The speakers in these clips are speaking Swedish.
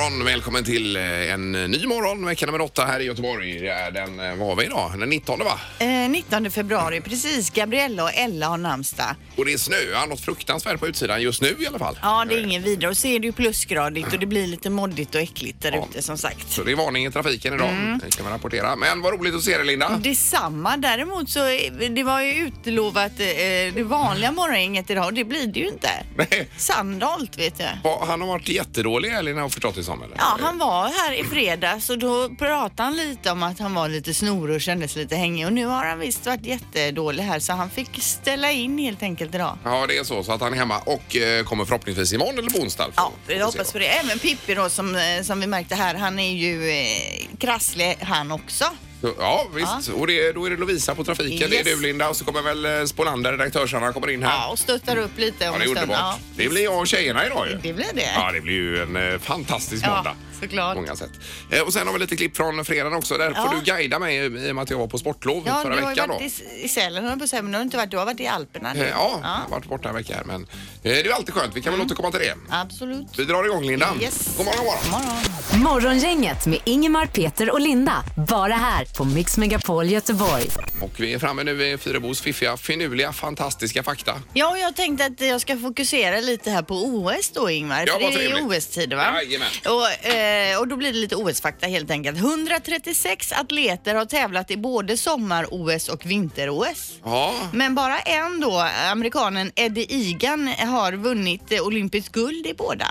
morgon, välkommen till en ny morgon, vecka nummer 8 här i Göteborg. Den var vi idag, den 19 va? 19 februari, precis. Gabriella och Ella har namnsdag. Och det är snö, något fruktansvärt på utsidan just nu i alla fall. Ja, det är ingen vidare. Och så är det ju plusgradigt och det blir lite moddigt och äckligt där ute som sagt. Så det är varning i trafiken idag, kan man rapportera. Men vad roligt att se dig, Linda. Detsamma, däremot så det var ju utlovat det vanliga morgongänget idag och det blir det ju inte. Nej. Sandholt vet jag. Han har varit jättedålig, Elin, har förstått det som, eller? Ja, han var här i fredags och då pratade han lite om att han var lite snorig och kändes lite hängig. Och nu har han visst varit jättedålig här så han fick ställa in helt enkelt idag. Ja, det är så att han är hemma och kommer förhoppningsvis imorgon eller på onsdag. Ja, jag hoppas på det. Även Pippi då som vi märkte här, han är ju krasslig han också. Ja, visst. Och då är det Lovisa på trafiken. Yes. Det är du, Linda. Och så kommer väl Spolander, redaktörsarna, kommer in här. Ja, och stöttar upp lite om det är en stund. underbart. Ja. Det blir jag och tjejerna idag ju. Det blir det. Ja, det blir ju en fantastisk måndag. Såklart. Många sätt. Och sen har vi lite klipp från fredagen också. Där får du guida mig i och med att jag var på sportlov förra veckan. Ja, du har varit i Sälen, men du har inte varit, du har varit i Alperna. Jag har varit borta en vecka här. Men det är ju alltid skönt. Vi kan väl återkomma till det. Absolut. Vi drar igång, Linda. Yes. God morgon, god morgon. Morgongänget med Ingemar, Peter och Linda. Bara här på Mix Megapol Göteborg. Och vi är framme nu i Fyrebos fiffiga, finurliga, fantastiska fakta. Ja, och jag tänkte att jag ska fokusera lite här på OS då, Ingmar. Ja, för vad det är ju trevligt. OS-tider, va? Jajamän. Och då blir det lite OS-fakta helt enkelt. 136 atleter har tävlat i både sommar-OS och vinter-OS. Ja. Men bara en då, amerikanen Eddie Egan, har vunnit olympiskt guld i båda.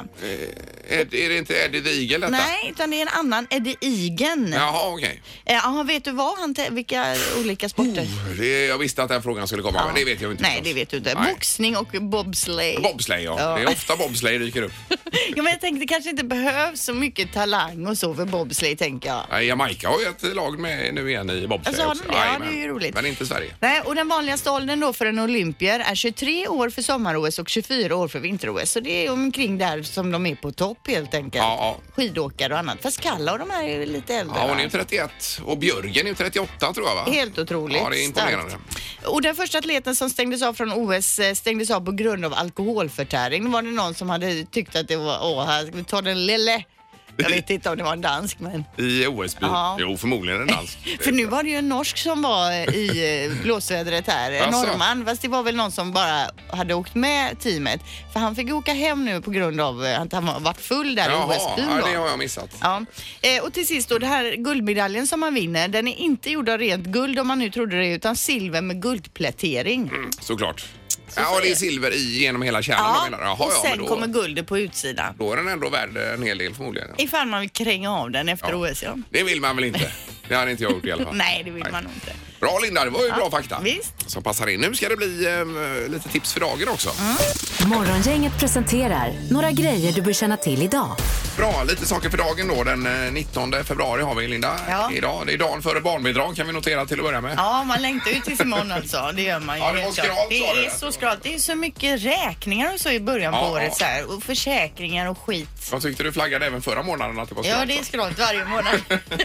Är det inte Eddie the Eagle detta? Nej, utan det är en annan Eddie Egan. Jaha, okej. Vet du vad vilka olika sporter? Jag visste att den frågan skulle komma, men det vet jag inte. Nej, förstås. det vet du inte. Nej. Boxning och bobsleigh. Bobsleigh, ja. Det är ofta bobsleigh dyker upp. Ja, men jag tänkte det kanske inte behövs så mycket talang och så för bobsleigh, tänker jag. Ja, Jamaica har ju ett lag med nu igen i bobsleigh Alltså, också. ja, det är ju roligt. Men inte Sverige. Nej, och den vanligaste åldern då för en olympier är 23 år för sommar-OS och 24 år för vinter-OS. Så det är omkring där som de är på topp helt enkelt. Ja. Skidåkare och annat. Fast Kalla och de här är lite äldre. Ja, hon är va? ju 31 och Björgen är ju 38 tror jag, va? Helt otroligt. Ja, det är imponerande. Starkt. Och den första atleten som stängdes av från OS stängdes av på grund av alkoholförtäring. Var det någon som hade tyckt att det var, här ska vi ta den lille. Jag vet inte om det var en dansk, men... I OS-by? Ja. Jo, förmodligen en dansk. För nu var det ju en norsk som var i blåsvädret här. Alltså. Norrman, fast det var väl någon som bara hade åkt med teamet. För han fick åka hem nu på grund av att han har varit full där i OS-byn. Ja, det har jag missat. Ja. Och till sist då, det här guldmedaljen som man vinner, den är inte gjord av rent guld om man nu trodde det, utan silver med guldplätering. Såklart. Ja, det är silver genom hela kärnan. Ja, menar. Jaha, och sen men då, kommer guldet på utsidan. Då är den ändå värd en hel del förmodligen. Ja. Ifall man vill kränga av den efter OS, ja. Det vill man väl inte? Det hade inte jag gjort i alla fall. Nej, det vill man nog inte. Bra, Linda, det var ju bra fakta. Visst. Som passar in. Nu ska det bli lite tips för dagen också. Morgongänget presenterar några grejer du bör känna till idag. Bra, lite saker för dagen då. Den 19 februari har vi, Linda. Ja. Idag. Det är dagen före barnbidrag, kan vi notera till att börja med. Ja, man längtar ju tills imorgon alltså. Det gör man ju. Ja, det var helt klart. skralt, Det sa du. är så skralt. Det är så mycket räkningar och så i början på Ja, året ja. så här. Och försäkringar och skit. Jag tyckte du flaggade även förra månaden att det var skralt. Ja, det är skralt varje månad.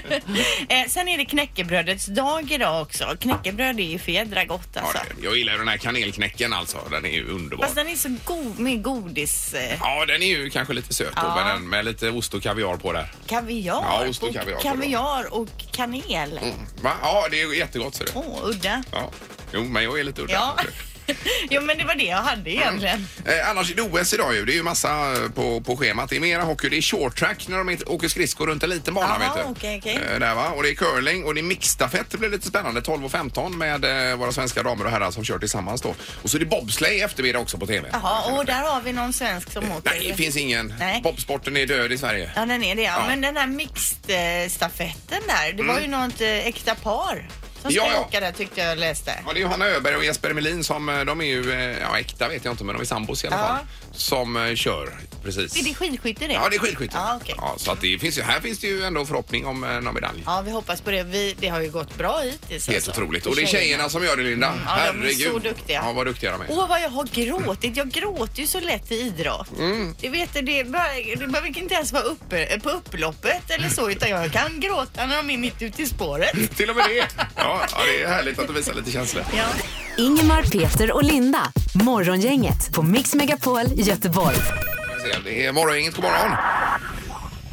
Sen är det knäckebrödets dag idag också. Knäckebröd är ju för jädra gott alltså. Ja, jag gillar ju den här kanelknäcken alltså. Den är ju underbar. Fast den är så god med godis. Ja, den är ju kanske lite söt då, Ja. med lite ost och kaviar på där. Kaviar. Ja, ost och kaviar. Kaviar och kanel. Va? Ja, det är ju jättegott, ser du. Udda. Ja. Jo, men jag är lite udda. Ja. Jo, men det var det jag hade egentligen. Annars är det OS idag ju. Det är ju massa på schemat. Det är mera hockey. Det är short track när de åker skridskor runt en liten bana. Aha, vet du. okej. Där, va? Och det är curling och det är mixstafett. Det blir lite spännande. 12 och 15 med våra svenska damer och herrar som kör tillsammans då. Och så är det bobsleigh i eftermiddag också på TV. Jaha, och där har vi någon svensk som åker. Nej, det finns ingen. Nej. Bobsporten är död i Sverige. Ja, den är det. Ja. Ja. Men den här mixed-stafetten där, det var ju något äkta par som ska åka där, tyckte jag läste. Ja, det är Johanna Öberg och Jesper Melin som, de är ju, äkta vet jag inte, men de är sambos i alla fall. Som kör, precis. Är det skidskytte det? Ja, det är skidskytte. Ja, okej. Ja, så att det finns ju, här finns det ju ändå förhoppning om någon medalj. Ja, vi hoppas på det. Det har ju gått bra hittills. Helt alltså. otroligt. Och det är tjejerna som gör det, Linda. Ja, de är så duktiga. Ja, vad duktiga de är. Åh, vad jag har gråtit. Jag gråter ju så lätt i idrott. Du vet, det behöver inte ens vara uppe på upploppet eller så, utan jag kan gråta när de är mitt ute i spåret. Till och med det. Ja, det är härligt att du visar lite känslor. Ja. Ingemar, Peter och Linda. Morgongänget på Mix Megapol Göteborg. Det är morgongänget, god morgon.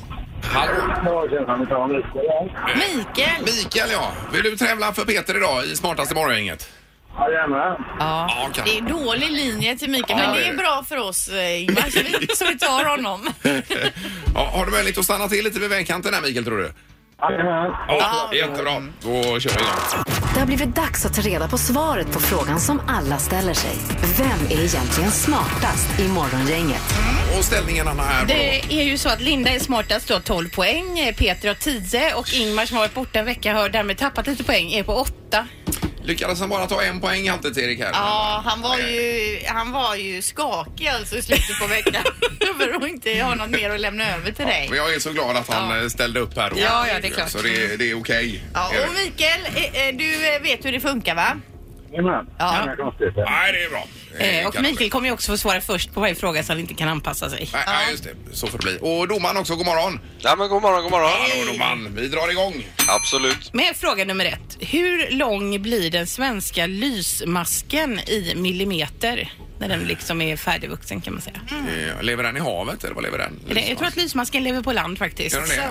Hallå? Mikael! Mikael, ja. Vill du tävla för Peter idag i Smartaste morgongänget? Jajamän. Ja, kan. det är dålig linje till Mikael, men det är bra för oss, Ingmar, så vi tar honom. Ja, har du möjlighet att stanna till lite vid vägkanten här, Mikael, tror du? Jajamän. Ja, jättebra. Då kör vi igång. Det har blivit dags att ta reda på svaret på frågan som alla ställer sig. Vem är egentligen smartast i morgongänget? Och ställningen, Anna, är... Det är ju så att Linda är smartast, har 12 poäng, Peter har 10 och Ingmar som har varit borta en vecka har därmed tappat lite poäng, är på 8. Lyckades han bara ta en poäng alltid, Erik, här? Ja, han var ju skakig alltså i slutet på veckan. För att inte ha något mer att lämna över till dig. Men jag är så glad att han ställde upp här då. Ja, det är klart. Så det är okej. Ja, och Mikael, du vet hur det funkar, va? Jajamän. Ja. Inga konstigheter. Nej, det är bra. Och Mikael kommer ju också få svara först på varje fråga så han inte kan anpassa sig. Nej, just det. Så får det bli. Och domaren också, god morgon. Ja, men god morgon. Hallå, domaren. Vi drar igång. Absolut. Med fråga nummer 1. Hur lång blir den svenska lysmasken i millimeter? När den liksom är färdigvuxen, kan man säga. Lever den i havet eller vad lever den? Jag tror att lysmasken lever på land faktiskt. Gör den det? Ja.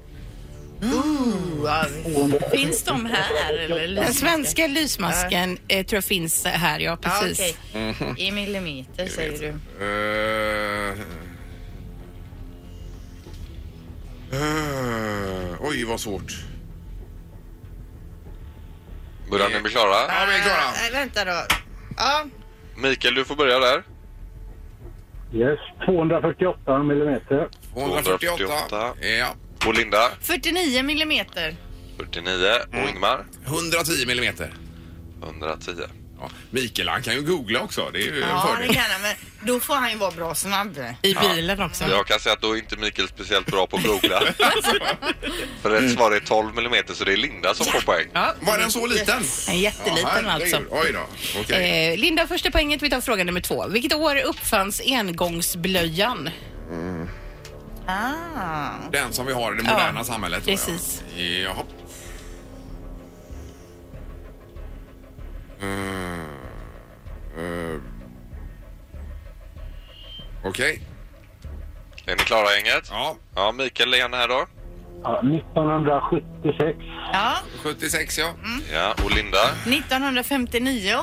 Finns de här? Eller Den svenska lysmasken tror jag finns här, ja precis. Ja, okej. I millimeter säger du. Oj, vad svårt. Börjar ni bli klara? Ja, vi är klara. Vänta då. Ja. Mikael, du får börja där. Yes, 248 millimeter. 248. Ja. Och Linda, 49 millimeter. 49. Och Ingmar, 110 millimeter. 110. Ja. Mikael, han kan ju googla också. Det är ju en Ja, fördel. det kan han, men då får han ju vara bra snabb. I bilen också. Jag kan säga att då är inte Mikael speciellt bra på att googla. För rätt svar är 12 millimeter, så det är Linda som får poäng. Ja, Var den så liten? en jätteliten herregud. alltså. Oj då. Okej. Linda, första poänget. Vi tar fråga nummer 2. Vilket år uppfanns engångsblöjan? Den som vi har i det moderna samhället. precis. Jaha. Okej. Är ni klara, gänget? Ja. Ja, Mikael är gärna här då. Ja, 1976. Ja, 76, ja. Ja, och Linda, 1959.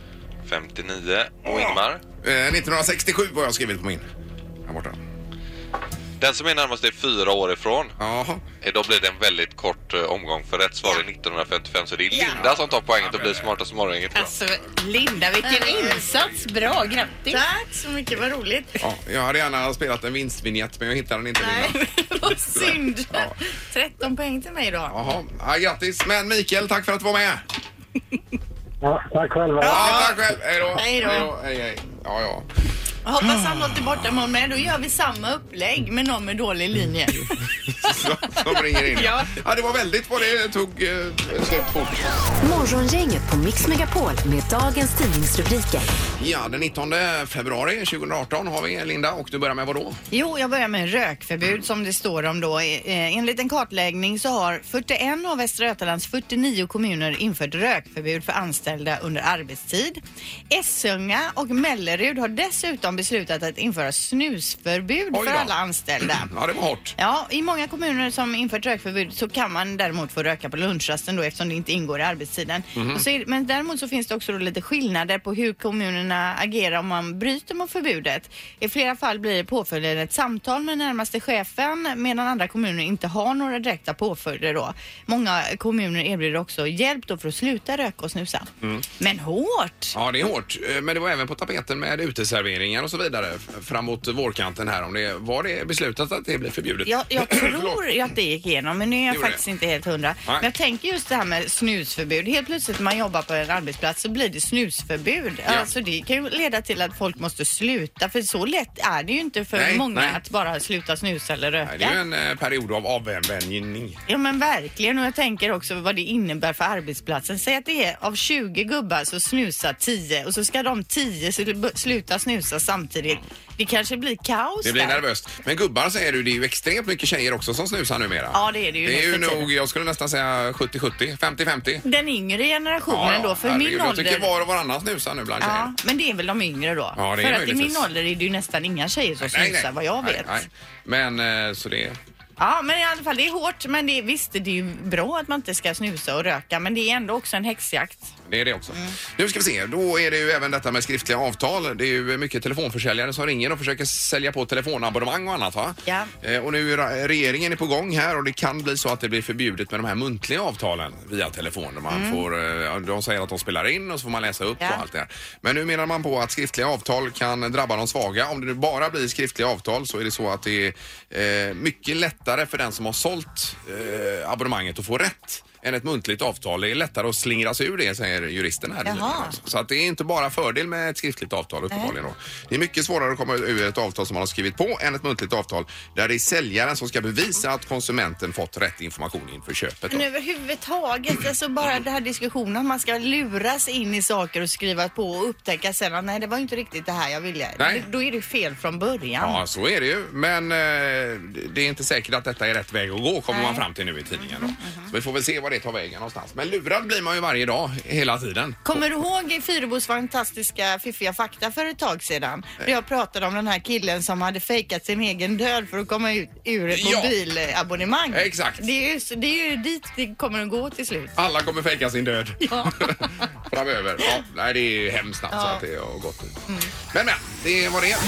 59. Och Ingmar. 1967 har jag skrivit på min. Här borta. Den som är närmast är 4 år ifrån. Jaha. Då blir det en väldigt kort omgång, för rätt svar är 1955, så det är Linda som tar poänget och blir smartast morgongänget. Alltså, Linda, vilken insats. Bra, grattis. Tack så mycket, vad roligt. Ja, jag hade gärna spelat en vinstvinjett, men jag hittade den inte. Nej, vad synd. Ja. 13 poäng till mig då. Jaha. Ja, grattis. Men Mikael, tack för att du var med. Ja, tack själva. Ja, tack själv. Hej då. Hej då. Hej. Ja. Jag hoppas han låter borta imorgon med. Då gör vi samma upplägg med någon med dålig linje. Som ringer in. Ja, det var väldigt vad det tog slut fort. Morgongänget på Mix Megapol med dagens tidningsrubriker. Ja, den 19 februari 2018 har vi Linda, och du börjar med vad då? Jo, jag börjar med rökförbud som det står om då. Enligt en kartläggning så har 41 av Västra Götalands 49 kommuner infört rökförbud för anställda under arbetstid. Essunga och Mellerud har dessutom beslutat att införa snusförbud för alla anställda. Ja, det var hårt. Ja, i många kommuner som infört rökförbud så kan man däremot få röka på lunchrasten då, eftersom det inte ingår i arbetstiden. Och så men däremot så finns det också då lite skillnader på hur kommunerna agerar om man bryter mot förbudet. I flera fall blir påföljden ett samtal med närmaste chefen, medan andra kommuner inte har några direkta påföljder då. Många kommuner erbjuder också hjälp då för att sluta röka och snusa. Men hårt! Ja, det är hårt. Men det var även på tapeten med uteserveringar och så vidare framåt vårkanten här. Var det beslutat att det blir förbjudet? Jag tror att det gick igenom, men nu är jag Gjorde faktiskt inte helt hundra. Nej. Men jag tänker just det här med snusförbud. Helt plötsligt när man jobbar på en arbetsplats så blir det snusförbud. Ja. Alltså det kan ju leda till att folk måste sluta, för så lätt är det ju inte för många att bara sluta snusa eller röka. Nej, det är ju en period av avvänjning. Ja, men verkligen. Och jag tänker också vad det innebär för arbetsplatsen. Säg att det är av 20 gubbar så snusar 10 och så ska de 10 sluta snusa samtidigt. Det kanske blir kaos. Det blir där. nervöst. Men gubbar, säger du, det är ju extremt mycket tjejer också som snusar numera. Ja, det är det ju. Det är ju nu för tiden. nog, jag skulle nästan säga 70-70, 50-50. Den yngre generationen då, för min herregud, ålder. Jag tycker var och varannan snusar nu bland tjejer. Ja, men det är väl de yngre då. Ja, det är för att i min möjligtvis. ålder är det ju nästan inga tjejer som snusar, vad jag vet. Nej. Men så det... Ja, men i alla fall det är hårt, men visst det är ju bra att man inte ska snusa och röka, men det är ändå också en häxjakt. Det är det också. Nu ska vi se, då är det ju även detta med skriftliga avtal. Det är ju mycket telefonförsäljare som ringer och försöker sälja på telefonabonnemang och annat, va? Ja. Och nu är regeringen på gång här och det kan bli så att det blir förbjudet med de här muntliga avtalen via telefon. Man får, de säger att de spelar in och så får man läsa upp och allt det här. Men nu menar man på att skriftliga avtal kan drabba de svaga. Om det nu bara blir skriftliga avtal så är det så att det är mycket lättare för den som har sålt abonnemanget att få rätt än ett muntligt avtal. Det är lättare att slingra sig ur det, säger juristen här. Så att det är inte bara fördel med ett skriftligt avtal uppenbarligen då. Det är mycket svårare att komma ur ett avtal som man har skrivit på än ett muntligt avtal där det är säljaren som ska bevisa att konsumenten fått rätt information inför köpet. Men överhuvudtaget, alltså bara det här diskussionen om man ska luras in i saker och skriva på och upptäcka sen att nej, det var inte riktigt det här jag ville. Då är det fel från början. Ja, så är det ju. Men det är inte säkert att detta är rätt väg att gå, kommer man fram till nu i tidningen då. Så vi får väl se vad det tar vägen någonstans. Men lurad blir man ju varje dag, hela tiden. Kommer du ihåg Fyrebos fantastiska fiffiga fakta för ett tag sedan? Jag pratade om den här killen som hade fejkat sin egen död för att komma ut ur ett mobilabonnemang. Exakt. Det är ju dit det kommer att gå till slut. Alla kommer fejka sin död. Framöver. Ja, nej, det är hemskt alltså att det har gått ut. Men, det var det.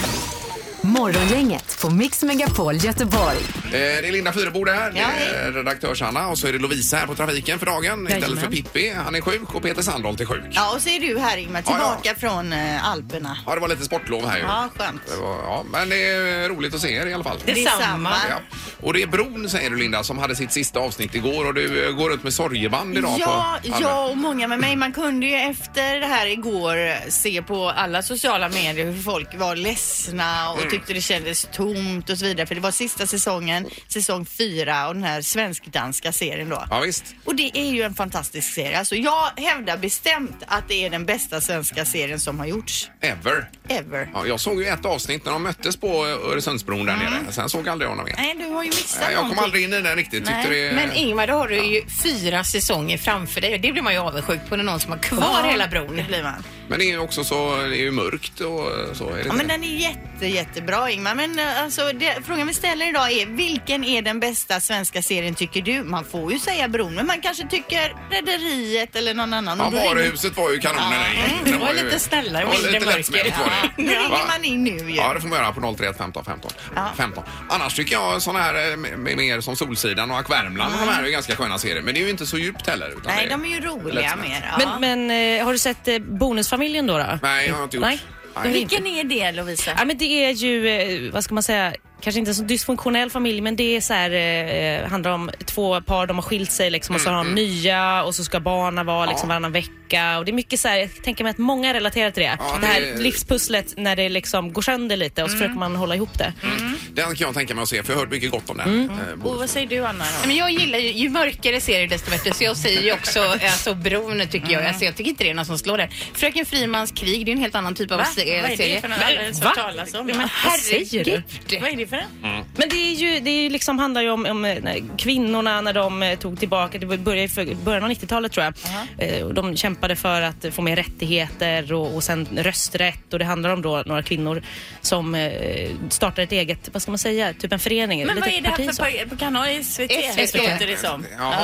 Morgongänget på Mix Megapol Göteborg. Det är Linda Fyrebo där, det är redaktörs-Hanna och så är det Lovisa här på trafiken för dagen. Istället för Pippi, han är sjuk och Peter Sandholt är sjuk. Ja, och så är du här Ingmar, tillbaka från Alperna. Ja, det var lite sportlov här ju. Ja, skönt. Men det är roligt att se er i alla fall. Detsamma. Ja. Och det är Bron, säger du Linda, som hade sitt sista avsnitt igår och du går ut med sorgeband idag. Ja, och många med mig. Man kunde ju efter det här igår se på alla sociala medier hur folk var ledsna och tyckte det kändes tomt och så vidare. För det var sista säsongen, säsong 4 och den här svensk-danska serien då. Ja, visst. Och det är ju en fantastisk serie. Alltså jag hävdar bestämt att det är den bästa svenska serien som har gjorts. Ever. Ja, jag såg ju ett avsnitt när de möttes på Öresundsbron där nere. Sen såg aldrig honom igen. Nej, du har ju missat jag kom aldrig in i den riktigt. Men Ingmar, då har du ju 4 säsonger framför dig och det blir man ju avundsjuk på när någon som har kvar hela bron. Det blir man. Men det är ju också så, det är ju mörkt och så. Är det men den är jättebra Ingmar. Men alltså, frågan vi ställer idag är, vilken är den bästa svenska serien tycker du? Man får ju säga Bron, men man kanske tycker Rederiet eller någon annan. Ja, Varuhuset var ju kanonen. Det var lite snällare och mindre mörker. Nu ringer man in nu ju. Ja, det får man göra på 031 15 15. 15. Annars tycker jag sådana här mer som Solsidan och Akvärmland och de här är ganska sköna serier. Men det är ju inte så djupt heller. Utan nej, de är ju roliga mer. Men har du sett Bonusfamiljen då? Nej, jag har inte gjort. Nej. Vilken är det, Lovisa? Ja, men det är ju, vad ska man säga, kanske inte en så dysfunktionell familj, men det är så här, handlar om 2 par, de har skilt sig liksom, och så har de nya och så ska barnen vara liksom varannan vecka och det är mycket så här, jag tänker mig att många relaterar till det. Det här livspusslet när det liksom går sönder lite och så försöker man hålla ihop det. Den kan jag tänka mig att se, för jag har hört mycket gott om det. Och vad säger du, Anna? Men jag gillar ju mörkare serier desto bättre, så jag säger ju också alltså Bron tycker jag. Alltså, jag tycker inte det är någon som slår den. Fröken Frimans krig, det är en helt annan typ av serie. Vad är det för något? Talas om? Men herregud. Vad är det för det? Men det är ju liksom, handlar ju om kvinnorna när de tog tillbaka, det började i början av 90-talet tror jag. De kämpade för att få mer rättigheter och sen rösträtt, och det handlar om då några kvinnor som startade ett eget, vad ska man säga, typ en förening. Men vad är det här för kanal? SVT? Låter det som. Ja.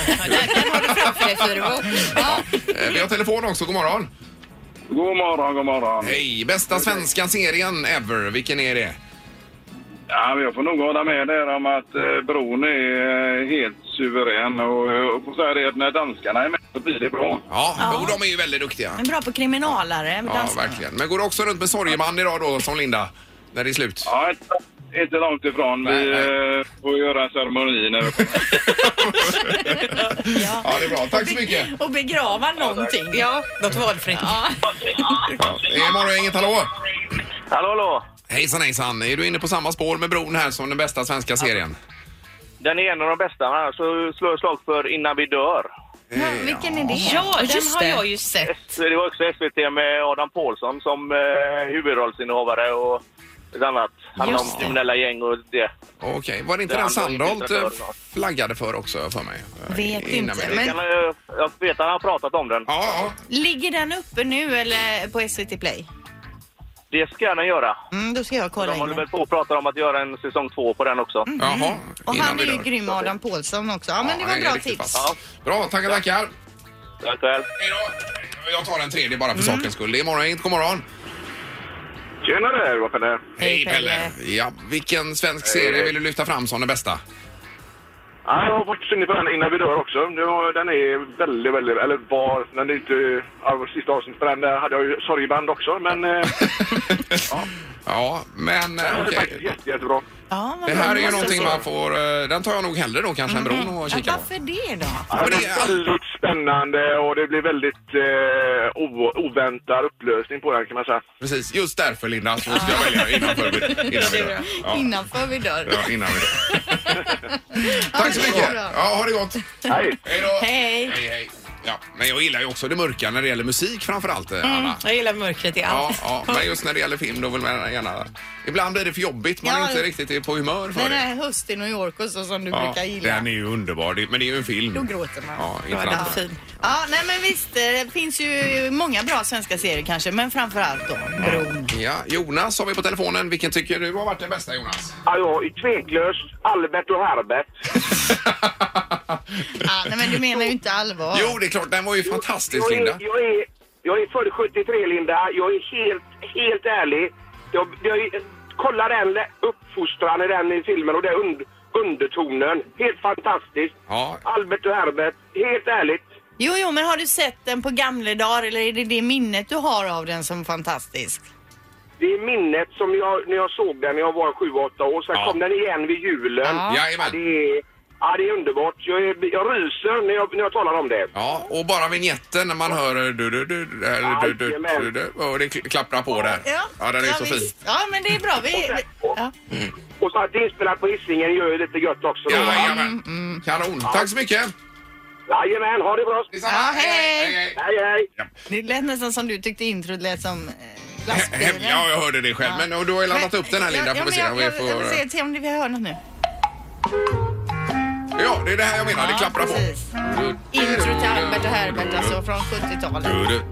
Den har du framför dig, Fyrebo. Vi har telefon också, god morgon. God morgon. Hej, bästa svenska serien ever, vilken är det? Ja, jag får nog hålla med där om att Bron är helt suverän och jag får säga det att när danskarna är med så blir det bra. Ja. Och de är ju väldigt duktiga. Men bra på kriminalare. Ja, verkligen. Men går du också runt med sorgeband idag då, som Linda, när det är slut? Ja, inte långt ifrån. Vi får göra en ceremoni när Ja, det är bra. Tack så mycket. Och begrava någonting. Ja, något valfritt. Det är Morgongänget, hallå? Hallå. Hejsan. Är du inne på samma spår med Bron här som den bästa svenska serien? Den är en av de bästa, så slår jag slag för Innan vi dör. Vilken är det? Ja, den har jag ju sett. Det var också SVT med Adam Pålsson som huvudrollsinnehavare och ett annat. Han om kriminella gäng och det. Okej, var det inte den Sandholt flaggade för också för mig? Vet inte. Men jag vet att han har pratat om den. Ja. Ligger den uppe nu eller på SVT Play? Det ska den göra. Då ska jag kolla De in håller det. väl på att prata om att göra en säsong 2 på den också. Jaha. Och innan han är vi ju dör. grym, Adam Paulsson också. Ja, men det var är bra riktigt tips. fast. Bra, tackar. Tack själv. Hej då. Jag tar en tredje bara för sakens skull. Det är morgon, god morgon. Tjena där, vad Pelle? Hej Pelle. Ja, vilken svensk serie vill du lyfta fram som den bästa? Ja, jag har faktiskt inne på den innan vi dör också. Den är väldigt, eller den är inte sista avsnittet på den. Där hade jag ju sorgband också, men Ja, men den är okej. faktiskt jättebra. Ja, vad Det bra. här är ju Måste någonting se. man får... Den tar jag nog hellre då kanske än Bron och Ja, kika på. varför det då? Ja, men det det är- är väldigt spännande och det blir väldigt oväntad upplösning på den kan man säga. Precis, just därför Linda så ska jag välja innan vi dör. Ja. Innanför vi dör. Ja, innan vi dör. Tack så det är mycket. bra. Ja, ha det gott. Hej! Hej då. Hej. Hej. Ja, men jag gillar ju också det mörka när det gäller musik framförallt, Anna. Jag gillar mörkret i allt. Ja, men just när det gäller film då vill man gärna... Ibland blir det för jobbigt, man Ja, är inte riktigt på humör för Den det. här höst i New York och så som du brukar gilla. Den är ju underbar, men det är ju en film. Då gråter man. Ja, inte Den är annat. fin. Ja, nej men visst, det finns ju många bra svenska serier kanske, men framförallt då Bron. Ja, Jonas har vi på telefonen. Vilken tycker du har varit den bästa, Jonas? Ja, jag är tveklöst Albert och Herbert. Ja, nej men du menar ju inte allvar. Jo, det är klart, den var ju fantastisk, Linda. Jag är född 73, Linda. Jag är helt ärlig. Jag kollar den uppfostran i den i filmen och den undertonen. Helt fantastiskt. Ja. Albert och Herbert, helt ärligt. Jo, men har du sett den på gamla dagar eller är det minnet du har av den som fantastisk? Det är minnet som när jag såg den när jag var 7-8 år. Sen kom den igen vid julen. Ja. Jajamän. Det är underbart. Jag ryser när jag talar om det. Ja, och bara vignetten när man hör och det klapprar på där. Ja, den är så fin. visst. Ja, men det är bra. Ja. Och så att det är inspelat på Hisingen gör ju lite gött också. Då, va? Jajamän. Kanon. Tack så mycket. Jajamän, ha det bra. Detsamma. Ja, hej. Hej, hej. Ja. Det lät nästan som du tyckte introt lät som lastbilen. Ja, jag hörde det själv. Men du har ju laddat upp den här, Linda. Får vi se om vi Jag vill får... se om vi hör något nu. Ja, det är det här jag menar. Det klapprar på. precis. Intro till Albert och Herbert, alltså från 70-talet.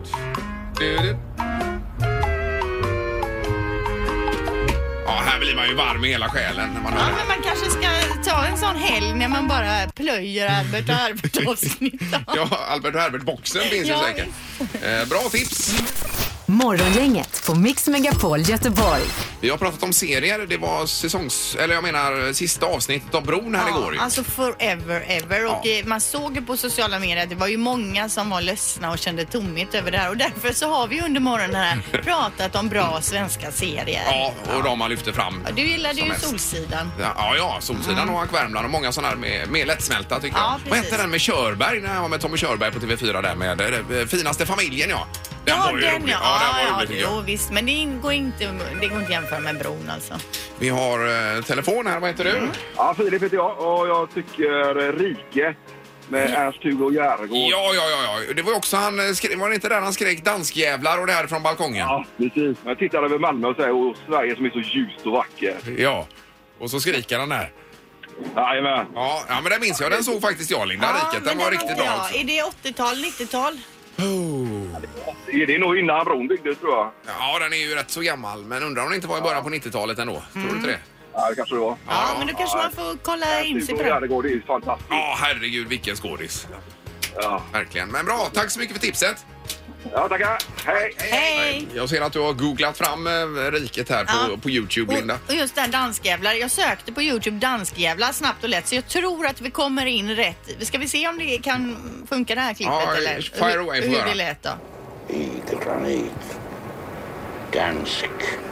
Ja, här blir man ju varm i hela själen när man Ja, hör det. men man kanske ska ta en sån helg när man bara plöjer Albert och Herbert-avsnitt. Ja, Albert och Herbert-boxen finns ju Ja, säkert. Bra tips. Morgongänget på Mix Megapol Göteborg. Vi har pratat om serier. Det var sista avsnittet av Bron här igår. Ju. Alltså forever ever. Och man såg ju på sociala medier att det var ju många som var ledsna och kände tomhet över det här. Och därför så har vi under morgonen här pratat om bra svenska serier. Ja, och de man lyfter fram. Ja, du gillade som ju mest. Solsidan. Ja, Solsidan och Ack Värmland och många sådana här mer lättsmälta tycker Ja, jag. Vad precis. hette den med Körberg när jag var med Tommy Körberg på TV4 där med Finaste familjen, ja. Den var ju rolig. Ja, Den var rolig, tycker jag. jo, visst. Men det går inte att jämföra med Bron alltså. Vi har telefon här, vad heter du? Ja, Filip heter jag och jag tycker Rike med Ernst-Hugo Järegård. Ja. Det var ju också var det inte där han skrek danskjävlar och det här från balkongen? Ja, precis. Jag tittar över Malmö och säger och Sverige som är så ljust och vacker. Ja. Och så skriker han där. Jajamän. Ja, men det minns jag. Den såg faktiskt jag, Linda, Riket. Den var riktigt bra också. Är det 80-tal, 90-tal? Det är nog innan bron byggdes, tror jag. Ja, den är ju rätt så gammal. Men undrar om det inte var i början på 90-talet ändå. Tror du inte det? Ja, det kanske det var. Ja, men då kanske man får kolla in sig på det. Järegård, det är ju fantastiskt. Ja, herregud, vilken skådis. Ja. Verkligen. Men bra, tack så mycket för tipset. Ja, tackar. Hej. Hej! Jag ser att du har googlat fram Riket här på YouTube, Linda. Och just där danskjävlar. Jag sökte på YouTube danskjävlar snabbt och lätt, så jag tror att vi kommer in rätt. Ska vi se om det kan funka det här klippet Ja, eller fire away, får hur höra. det lät då. Igelgranit. Dansk.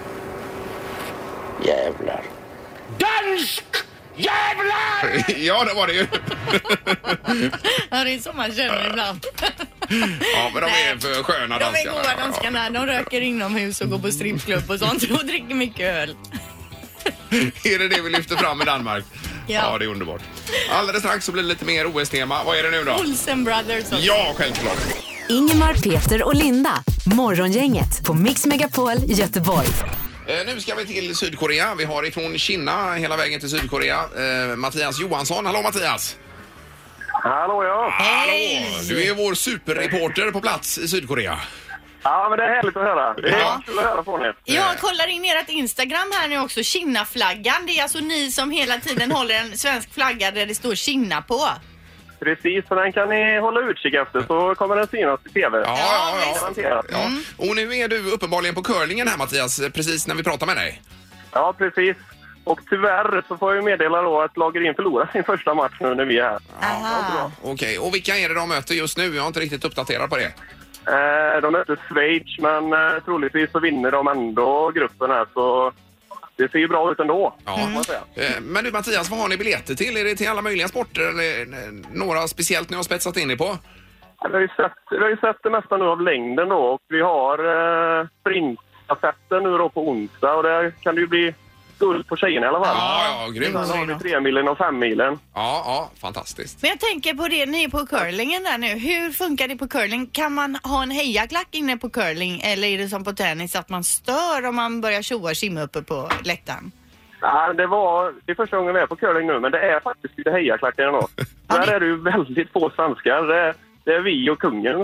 Jävlar. Dansk! Jävlar! Ja, det var det ju. Ja, det är som man känner ibland. Ja, men de är för sköna De danskarna. är goda danskarna. De röker inomhus och går på strippklubb och sånt och dricker mycket öl. Är det vi lyfter fram i Danmark? Ja, det är underbart. Alldeles strax så blir det lite mer OS-tema. Vad är det nu då? Olsen Brothers också. Ja, självklart. Ingemar, Peter och Linda. Morgongänget på Mix Megapol Göteborg. Nu ska vi till Sydkorea. Vi har ifrån Kina hela vägen till Sydkorea. Mattias Johansson. Hallå Mattias! Hallå, ja. Hallå! Du är vår superreporter på plats i Sydkorea. Ja, men det är härligt att höra. Det är kul att höra från er. Jag kollar in ert Instagram här nu också, Kinna-flaggan. Det är alltså ni som hela tiden håller en svensk flagga där det står Kinna på. Precis, så den kan ni hålla utkik efter så kommer den synas i tv. Ja. Och nu är du uppenbarligen på curlingen här, Mattias, precis när vi pratar med dig. Ja, precis. Och tyvärr så får jag meddela då att Lagerin förlorar sin första match nu när vi är här. Okej, och vilka är det de möter just nu? Jag är inte riktigt uppdaterad på det. De möter Schweiz, men troligtvis så vinner de ändå gruppen här, så det ser ju bra ut ändå. Ja. Men du Mattias, vad har ni biljetter till? Är det till alla möjliga sporter eller några speciellt ni har spetsat in i på? Vi har ju sett det mesta nu av längden då, och vi har sprintstafetten nu då på onsdag, och där kan det ju bli guld på tjejerna i alla fall. Ja, grymt. Sen har vi 3-milen och 5-milen. Ja, fantastiskt. Men jag tänker på det, ni är på curlingen där nu. Hur funkar det på curling? Kan man ha en hejaklack inne på curling, eller är det som på tennis att man stör om man börjar tjoa och simma uppe på läktaren? Ja, det är första gången vi är på curling nu, men det är faktiskt lite hejaklackar ändå. Där är det ju väldigt få svenskar. Det är vi och kungen.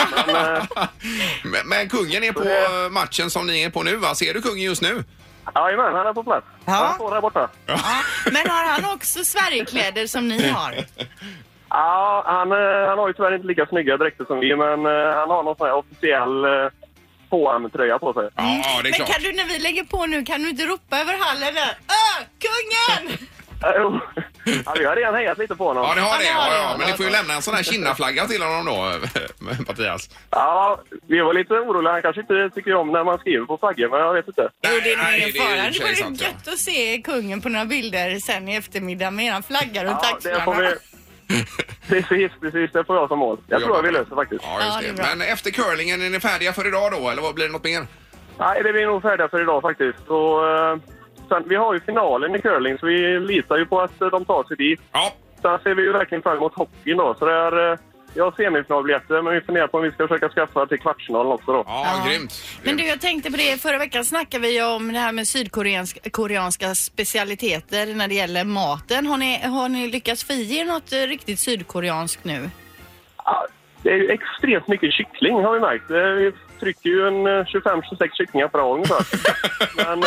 Men kungen är på matchen som ni är på nu, va? Ser du kungen just nu? Jajamän, han är på plats. Han står där borta. Ja. Men har han också Sverigekläder som ni har? Ja, han har ju tyvärr inte lika snygga dräkter som vi, men han har någon sån här officiell HM-tröja på sig. Ja, det är klart. Men kan du, när vi lägger på nu, kan du inte ropa över hallen där? Kungen! Ja, vi har redan hejat lite på honom. Ja, det har det. Ja. Men ni får ju lämna en sån här Kinna-flagga till honom då, Mattias. Ja, vi var lite oroliga. Han kanske inte tycker om när man skriver på flaggor, men jag vet inte. Jo, det är ingen fara. Det vore gött att se kungen på några bilder sen i eftermiddag med en flagga runt axlarna. Det får vi... Precis, det får jag som mål. Jag tror vi löser faktiskt. Ja, just det. Men efter curlingen, är ni färdiga för idag då, eller vad blir det något mer? Nej, det blir nog färdiga för idag faktiskt. Och sen, vi har ju finalen i curling, så vi litar ju på att de tar sig dit. Ja. Sen ser vi ju verkligen fram emot hockeyn då. Så det är... Jag har semifinalbiljetter, men vi funderar på om vi ska försöka skaffa till kvartsfinalen också då. Ja, grymt. Men du, jag tänkte på det. Förra veckan snackade vi om det här med sydkoreanska specialiteter när det gäller maten. Har ni lyckats få i er något riktigt sydkoreanskt nu? Ja, det är ju extremt mycket kyckling har vi märkt. Vi trycker ju en 25-26 kycklingar per år ungefär. Men...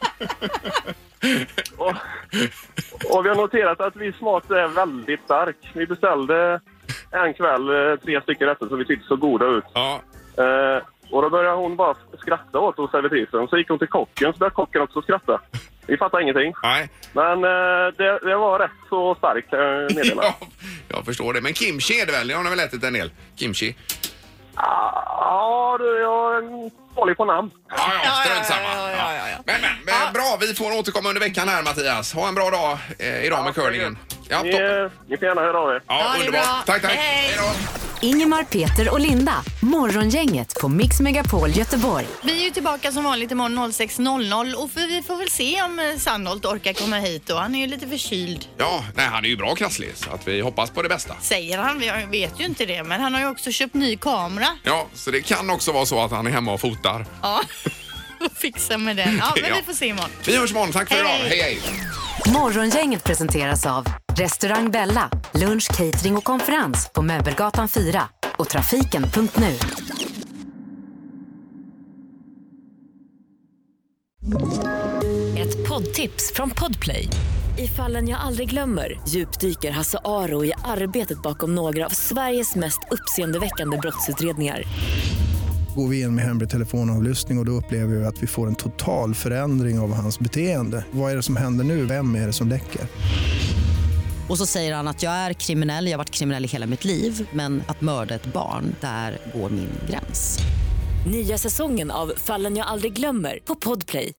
och vi har noterat att vi smak är väldigt stark. Vi beställde en kväll 3 stycken rätter som vi tyckte så goda ut. Ja. Och då började hon bara skratta åt hos servitrisen. Så gick hon till kocken, så började kocken också skratta. Vi fattade ingenting. Nej. Men det var rätt så starkt meddelande. Ja, jag förstår det. Men kimchi är det väl? Det har ni väl ätit en del? Kimchi? Ja, jag är dålig på namn. Ja, strunt samma. Men bra, vi får återkomma under veckan här, Mattias. Ha en bra dag idag med curlingen. Ja, ni får gärna höra av er. Ja, underbart. Tack. Hej då. Ingemar, Peter och Linda. Morgongänget på Mix Megapol Göteborg. Vi är ju tillbaka som vanligt imorgon 06.00 och vi får väl se om Sandholt orkar komma hit då. Han är ju lite förkyld. Ja, nej, han är ju bra krasslig, så att vi hoppas på det bästa. Säger han, vi vet ju inte det, men han har ju också köpt ny kamera. Ja, så det kan också vara så att han är hemma och fotar. Ja, och fixa med den. Ja, men vi får se imorgon. Vi hörs imorgon, tack för idag. Hej. Morgongänget presenteras av Restaurang Bella, lunch, catering och konferens på Möbelgatan 4 och trafiken.nu. Ett poddtips från Podplay. I Fallen jag aldrig glömmer djupdyker Hasse Aro i arbetet bakom några av Sveriges mest uppseendeväckande brottsutredningar. Går vi in med hemlig telefonavlyssning och då upplever vi att vi får en total förändring av hans beteende. Vad är det som händer nu? Vem är det som läcker? Och så säger han att jag är kriminell, jag har varit kriminell i hela mitt liv. Men att mörda ett barn, där går min gräns. Nya säsongen av Fallen jag aldrig glömmer på Podplay.